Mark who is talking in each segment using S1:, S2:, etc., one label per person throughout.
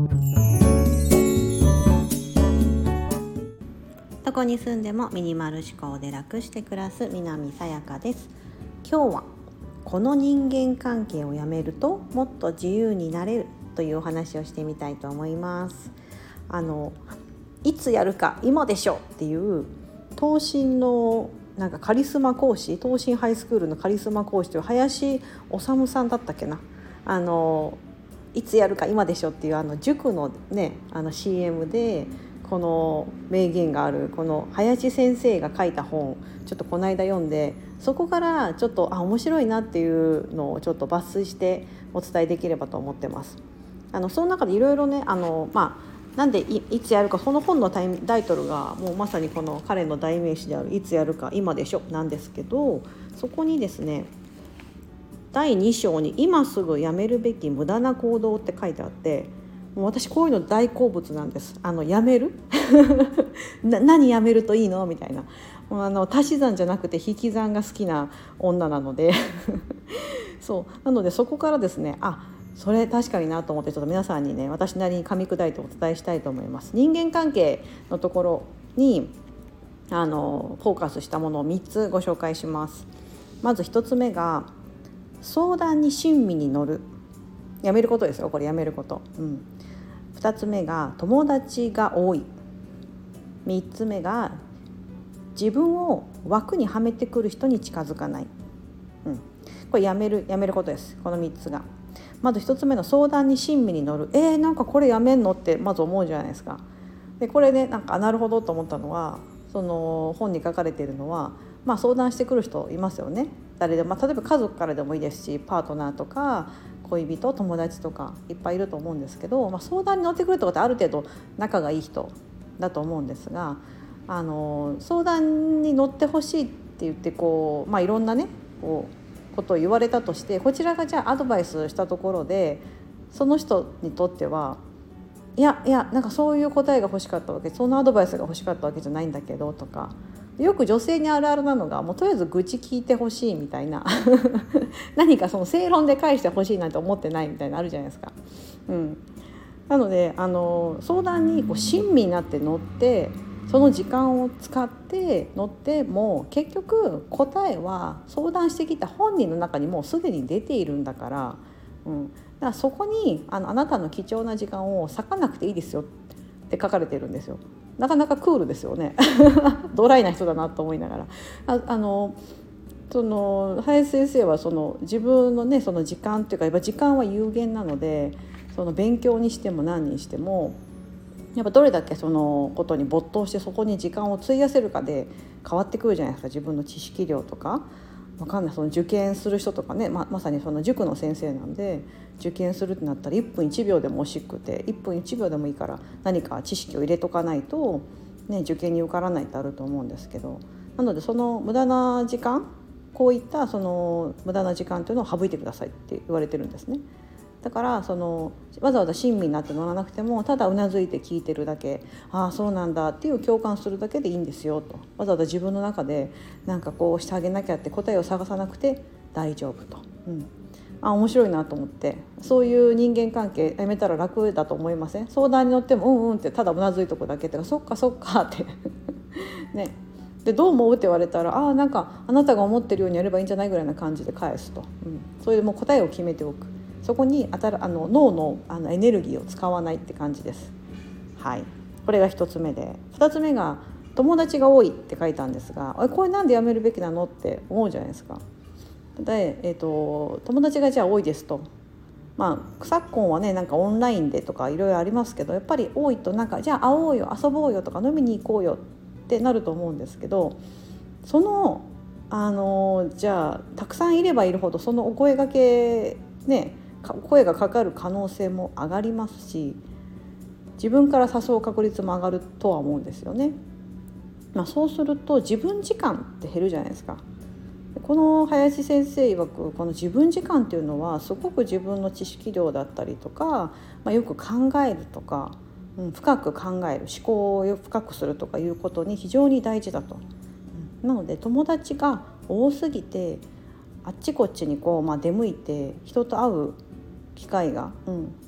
S1: どこに住んでもミニマル思考で楽して暮らす南さやかです。今日はこの人間関係をやめるともっと自由になれるというお話をしてみたいと思います。いつやるか今でしょっていう東進のなんかカリスマ講師、東進ハイスクールのカリスマ講師という林修さんだったっけな、いつやるか今でしょっていう塾のねCM でこの名言があるこの林先生が書いた本、ちょっとこの間読んで、そこからちょっと面白いなっていうのをちょっと抜粋してお伝えできればと思ってます。その中でいろいろねなんで いつやるか、その本のタイトルがもうまさにこの彼の代名詞であるいつやるか今でしょなんですけど、そこにですね第2章に今すぐやめるべき無駄な行動って書いてあって、もう私こういうの大好物なんです。やめる何やめるといいのみたいな、もう足し算じゃなくて引き算が好きな女なのでそうなので、そこからですねそれ確かになと思って、ちょっと皆さんにね私なりに噛み砕いてお伝えしたいと思います。人間関係のところにフォーカスしたものを3つご紹介します。まず1つ目が相談に親身に乗る、やめることですよ、これやめること、2つ目が友達が多い、3つ目が自分を枠にはめてくる人に近づかない、これやめることです。この3つが。まず1つ目の相談に親身に乗る、なんかこれやめんのってまず思うじゃないですか。でこれねなるほどと思ったのは、その本に書かれているのは、相談してくる人いますよね、誰でも、例えば家族からでもいいですし、パートナーとか恋人、友達とかいっぱいいると思うんですけど、相談に乗ってくるとかってある程度仲がいい人だと思うんですが、相談に乗ってほしいって言っていろんなねことを言われたとして、こちらがじゃあアドバイスしたところで、その人にとってはいやなんかそういう答えが欲しかったわけ、そのアドバイスが欲しかったわけじゃないんだけどとか、よく女性にあるあるなのが、もうとりあえず愚痴聞いてほしいみたいな何かその正論で返してほしいなんて思ってないみたいなあるじゃないですか。なので相談に親身になって乗って、その時間を使って乗っても結局答えは相談してきた本人の中にもうすでに出ているんだから、だからそこにあなたの貴重な時間を割かなくていいですよって書かれてるんですよ。なかなかクールですよねドライな人だなと思いながら、その林先生はその自分のねその時間っていうか、やっぱ時間は有限なので、その勉強にしても何にしてもやっぱどれだけそのことに没頭してそこに時間を費やせるかで変わってくるじゃないですか。自分の知識量とかわかんない、その受験する人とかね、まさにその塾の先生なんで、受験するってなったら1分1秒でも惜しくて1分1秒でもいいから何か知識を入れとかないと、受験に受からないってあると思うんですけど、なのでその無駄な時間、こういったその無駄な時間というのを省いてくださいって言われてるんですね。だからそのわざわざ親身になって乗らなくても、ただうなずいて聞いてるだけ、そうなんだっていう共感するだけでいいんですよと。わざわざ自分の中でなんかこうしてあげなきゃって答えを探さなくて大丈夫と、面白いなと思って、そういう人間関係やめたら楽だと思いません？相談に乗ってもってただうなずいとくだけってそっかそっかってね。でどう思うって言われたら、なんかあなたが思ってるようにやればいいんじゃないぐらいな感じで返すと、それでもう答えを決めておく。そこに脳のエネルギーを使わないって感じです。これが1つ目で、2つ目が友達が多いって書いたんですが、これなんでやめるべきなのって思うじゃないですか。で、友達がじゃあ多いですと、昨今はねなんかオンラインでとかいろいろありますけど、やっぱり多いとなんかじゃあ会おうよ遊ぼうよとか飲みに行こうよってなると思うんですけど、そのじゃあたくさんいればいるほどそのお声掛けね声がかかる可能性も上がりますし、自分から誘う確率も上がるとは思うんですよね。そうすると自分時間って減るじゃないですか。この林先生曰く、この自分時間っていうのはすごく自分の知識量だったりとか、よく考えるとか、深く考える、思考を深くするとかいうことに非常に大事だと。なので友達が多すぎてあっちこっちに出向いて人と会う機会が、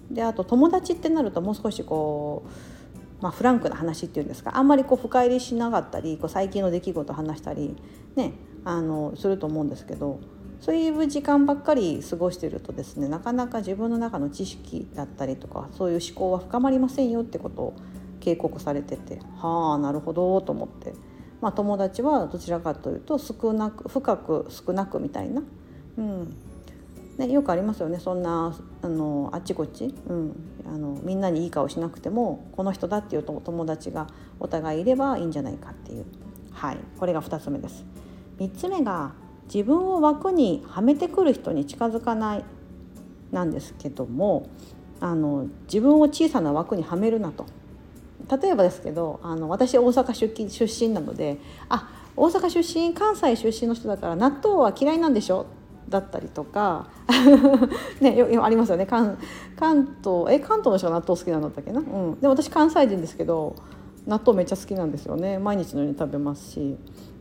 S1: であと友達ってなるともう少しこう、フランクな話っていうんですか、あんまりこう深入りしなかったり、こう最近の出来事を話したりねすると思うんですけど、そういう時間ばっかり過ごしているとですね、なかなか自分の中の知識だったりとかそういう思考は深まりませんよってことを警告されてて、はあなるほどと思って、友達はどちらかというと深く少なくみたいな、よくありますよね。そんなあっちこっち、みんなにいい顔しなくてもこの人だっていう友達がお互いいればいいんじゃないかっていう、これが2つ目です。3つ目が自分を枠にはめてくる人に近づかないなんですけども、自分を小さな枠にはめるなと。例えばですけど私大阪出身なので、大阪出身関西出身の人だから納豆は嫌いなんでしょだったりとかありますよね。関東の人が納豆好きなんだったっけな、で私関西人ですけど納豆めっちゃ好きなんですよね。毎日のように食べますし、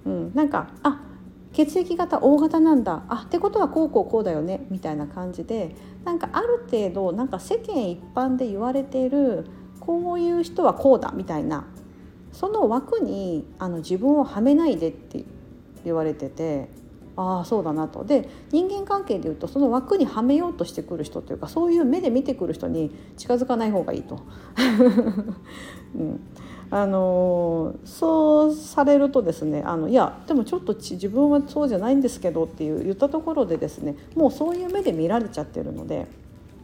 S1: 血液型 O 型なんだ、ってことはこうだよねみたいな感じで、ある程度世間一般で言われているこういう人はこうだみたいな、その枠に自分をはめないでって言われてて、そうだなと。で人間関係でいうとその枠にはめようとしてくる人というか、そういう目で見てくる人に近づかない方がいいと、そうされるとですね、いやでもちょっと自分はそうじゃないんですけどって言ったところでですね、もうそういう目で見られちゃってるので、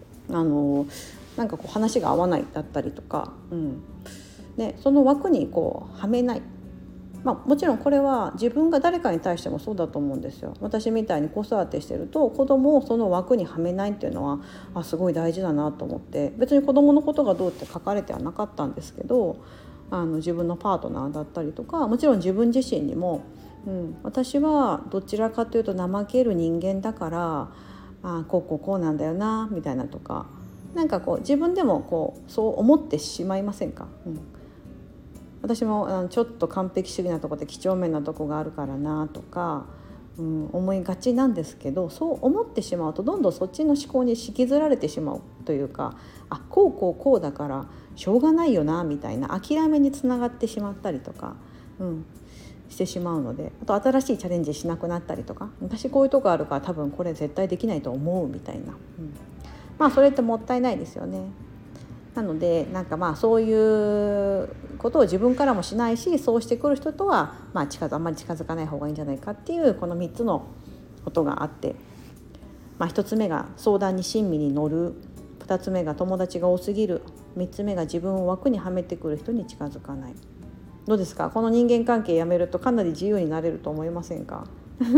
S1: 話が合わないだったりとか、その枠にはめない。もちろんこれは自分が誰かに対してもそうだと思うんですよ。私みたいに子育てしてると子供をその枠にはめないっていうのはすごい大事だなと思って、別に子供のことがどうって書かれてはなかったんですけど、自分のパートナーだったりとか、もちろん自分自身にも、私はどちらかというと怠ける人間だからこうなんだよなみたいなとか、自分でもそう思ってしまいませんか？私もちょっと完璧主義なところで几帳面なとこがあるからなとか、思いがちなんですけど、そう思ってしまうとどんどんそっちの思考に引きずられてしまうというか、こうだからしょうがないよなみたいな諦めにつながってしまったりとか、してしまうので、あと新しいチャレンジしなくなったりとか、私こういうとこあるから多分これ絶対できないと思うみたいな、それってもったいないですよね。なのでそういうことを自分からもしないし、そうしてくる人とはあんまり近づかない方がいいんじゃないかっていう、この3つのことがあって、1つ目が相談に親身に乗る、2つ目が友達が多すぎる、3つ目が自分を枠にはめてくる人に近づかない。どうですか？この人間関係やめるとかなり自由になれると思いませんか？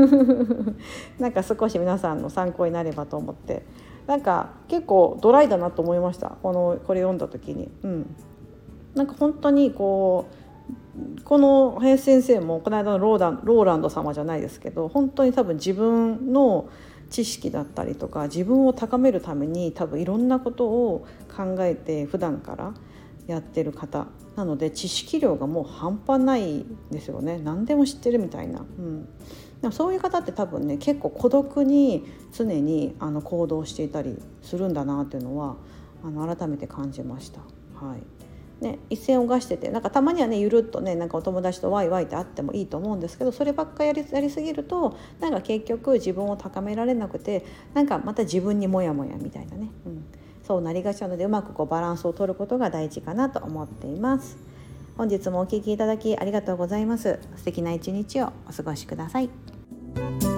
S1: 少し皆さんの参考になればと思って、結構ドライだなと思いました。これ読んだ時に、本当にこの林先生もこの間のローランド様じゃないですけど、本当に多分自分の知識だったりとか自分を高めるために多分いろんなことを考えて普段からやってる方なので、知識量がもう半端ないんですよね。何でも知ってるみたいな、でもそういう方って多分ね、結構孤独に常に行動していたりするんだなっていうのは改めて感じました。一線を画してて、たまにはねゆるっとねお友達とワイワイってあってもいいと思うんですけど、そればっかやりすぎると結局自分を高められなくてまた自分にモヤモヤみたいなね、そうなりがちなので、うまくバランスを取ることが大事かなと思っています。本日もお聞きいただきありがとうございます。素敵な一日をお過ごしください。